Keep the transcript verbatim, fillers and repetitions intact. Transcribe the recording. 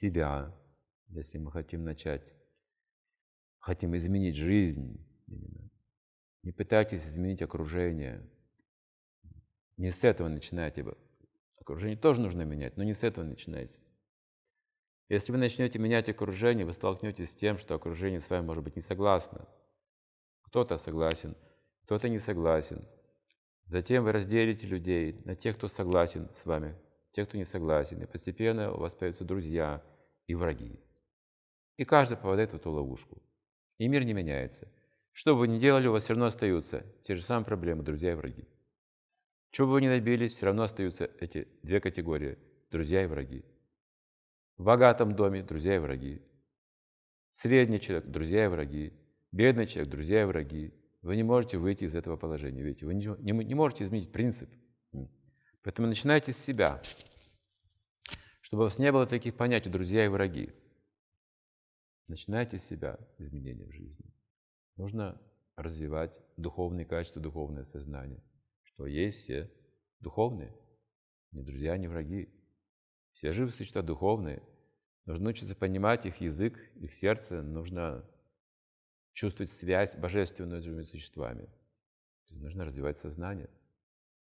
себя, если мы хотим начать, хотим изменить жизнь именно. Не пытайтесь изменить окружение. Не с этого начинайте. Окружение тоже нужно менять, но не с этого начинайте. Если вы начнете менять окружение, вы столкнетесь с тем, что окружение с вами может быть не согласно. Кто-то согласен, кто-то не согласен. Затем вы разделите людей на тех, кто согласен с вами, тех, кто не согласен. И постепенно у вас появятся друзья и враги. И каждый попадает в эту ловушку. И мир не меняется. Что бы вы ни делали, у вас все равно остаются те же самые проблемы, друзья и враги. Чего бы вы ни добились, все равно остаются эти две категории – друзья и враги. В богатом доме – друзья и враги. Средний человек – друзья и враги. Бедный человек – друзья и враги. Вы не можете выйти из этого положения, видите, вы не, не, не можете изменить принцип. Поэтому начинайте с себя, чтобы у вас не было таких понятий друзья и враги. Начинайте с себя изменения в жизни. Нужно развивать духовные качества, духовное сознание, что есть все духовные, не друзья, не враги. Все живые существа духовные. Нужно учиться понимать их язык, их сердце, нужно чувствовать связь божественную с живыми существами. Нужно развивать сознание.